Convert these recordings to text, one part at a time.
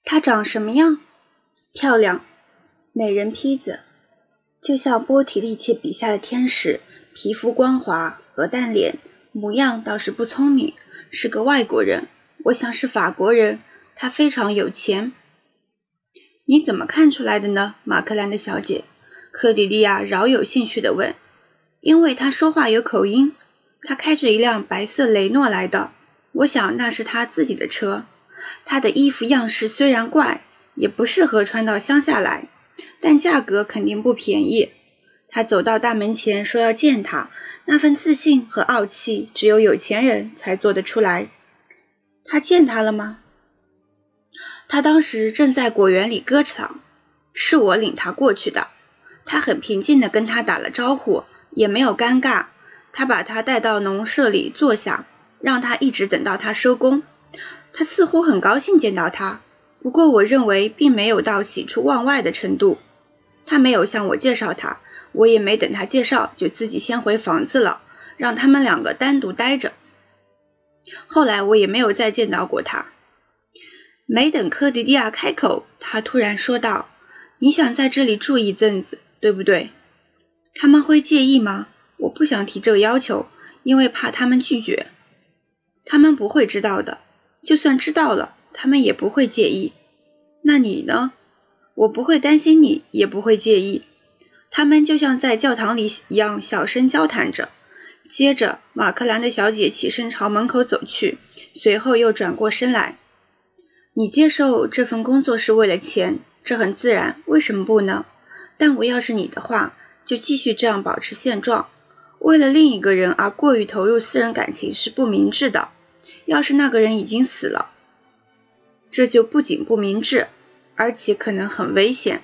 她长什么样？漂亮，美人坯子，就像波提利切笔下的天使，皮肤光滑，鹅蛋脸，模样倒是不聪明，是个外国人，我想是法国人，他非常有钱。你怎么看出来的呢，马克兰的小姐？克里利亚饶有兴趣地问。因为他说话有口音，他开着一辆白色雷诺来的，我想那是他自己的车。他的衣服样式虽然怪，也不适合穿到乡下来，但价格肯定不便宜。他走到大门前说要见他，那份自信和傲气只有有钱人才做得出来。他见他了吗？他当时正在果园里歌唱，是我领他过去的。他很平静地跟他打了招呼，也没有尴尬。他把他带到农舍里坐下，让他一直等到他收工。他似乎很高兴见到他，不过我认为并没有到喜出望外的程度。他没有向我介绍他，我也没等他介绍，就自己先回房子了，让他们两个单独待着。后来我也没有再见到过他。没等科迪利亚开口，他突然说道：你想在这里住一阵子，对不对？他们会介意吗？我不想提这个要求，因为怕他们拒绝。他们不会知道的，就算知道了，他们也不会介意。那你呢？我不会担心你，也不会介意。他们就像在教堂里一样小声交谈着。接着，马克兰的小姐起身朝门口走去，随后又转过身来。你接受这份工作是为了钱，这很自然，为什么不呢？但我要是你的话，就继续这样保持现状。为了另一个人而过于投入私人感情是不明智的。要是那个人已经死了，这就不仅不明智，而且可能很危险。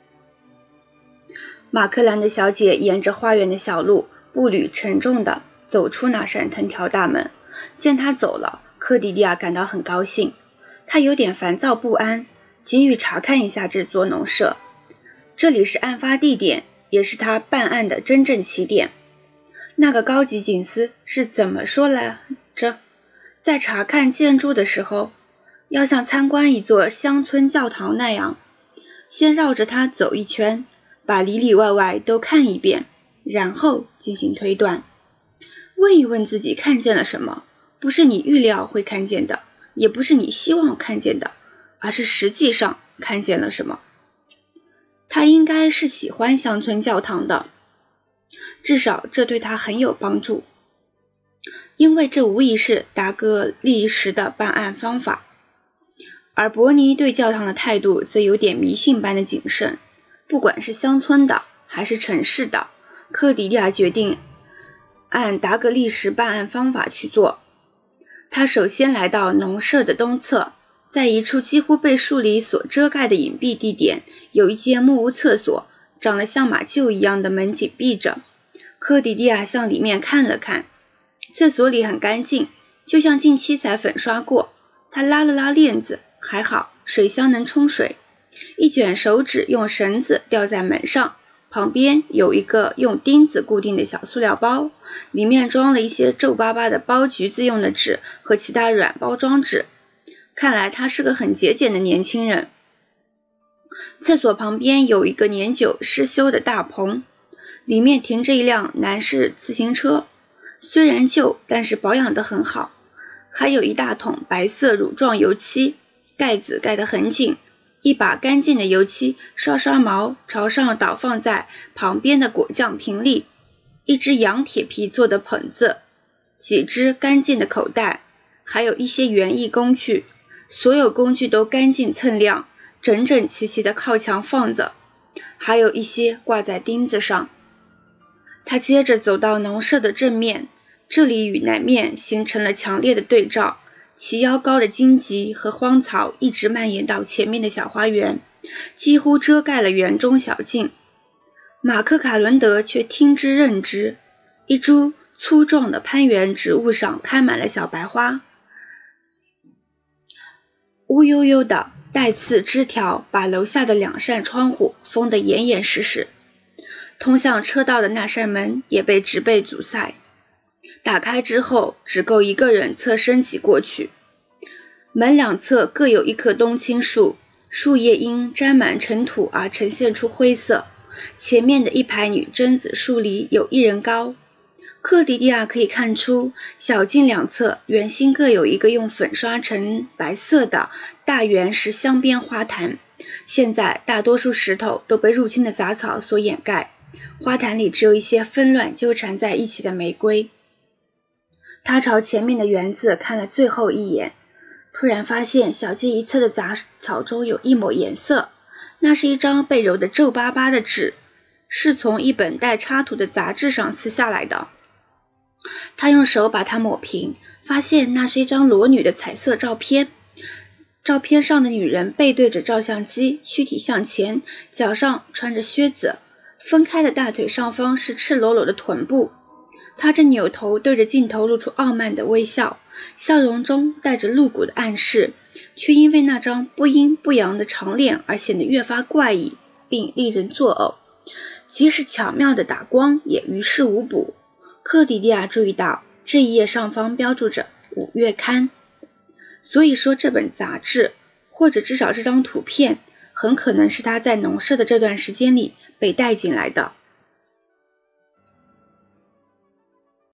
马克兰的小姐沿着花园的小路，步履沉重地走出那扇藤条大门。见她走了，科迪利亚感到很高兴。她有点烦躁不安，急于查看一下这座农舍。这里是案发地点，也是他办案的真正起点。那个高级警司是怎么说来着？在查看建筑的时候，要像参观一座乡村教堂那样，先绕着它走一圈，把里里外外都看一遍，然后进行推断。问一问自己看见了什么，不是你预料会看见的，也不是你希望看见的，而是实际上看见了什么。他应该是喜欢乡村教堂的，至少这对他很有帮助，因为这无疑是达格利什的办案方法。而伯尼对教堂的态度则有点迷信般的谨慎，不管是乡村的还是城市的，科迪利亚决定按达格利什办案方法去做。他首先来到农舍的东侧，在一处几乎被树林所遮盖的隐蔽地点，有一间木屋厕所，长得像马厩一样的门紧闭着。科迪利亚向里面看了看，厕所里很干净，就像近期才粉刷过。他拉了拉链子，还好，水箱能冲水。一卷手纸用绳子吊在门上，旁边有一个用钉子固定的小塑料包，里面装了一些皱巴巴的包橘子用的纸和其他软包装纸。看来他是个很节俭的年轻人。厕所旁边有一个年久失修的大棚，里面停着一辆男士自行车，虽然旧，但是保养得很好。还有一大桶白色乳状油漆，盖子盖得很紧，一把干净的油漆刷刷毛朝上倒放在旁边的果酱瓶里，一只羊铁皮做的盆子，几只干净的口袋，还有一些园艺工具，所有工具都干净锃亮，整整齐齐地靠墙放着，还有一些挂在钉子上。他接着走到农舍的正面，这里与南面形成了强烈的对照，齐腰高的荆棘和荒草一直蔓延到前面的小花园，几乎遮盖了园中小径。马克卡伦德却听之任之，一株粗壮的攀援植物上开满了小白花，乌悠悠的带刺枝条把楼下的两扇窗户封得严严实实，通向车道的那扇门也被植被阻塞，打开之后只够一个人侧身挤过去。门两侧各有一棵冬青树， 树叶因沾满尘土而呈现出灰色。前面的一排女贞子树里有1人高。克迪蒂亚可以看出，小径两侧圆心各有一个用粉刷成白色的大圆石镶边花坛。现在大多数石头都被入侵的杂草所掩盖，花坛里只有一些纷乱纠缠在一起的玫瑰。他朝前面的园子看了最后一眼，突然发现小径一侧的杂草中有一抹颜色，那是一张被揉得皱巴巴的纸，是从一本带插图的杂志上撕下来的。他用手把它抹平，发现那是一张裸女的彩色照片。照片上的女人背对着照相机，躯体向前，脚上穿着靴子，分开的大腿上方是赤裸裸的臀部。她正扭头对着镜头露出傲慢的微笑，笑容中带着露骨的暗示，却因为那张不阴不阳的长脸而显得越发怪异，并令人作呕。即使巧妙的打光也于事无补。克迪蒂亚注意到这一页上方标注着5月刊，所以说这本杂志，或者至少这张图片，很可能是他在农舍的这段时间里被带进来的。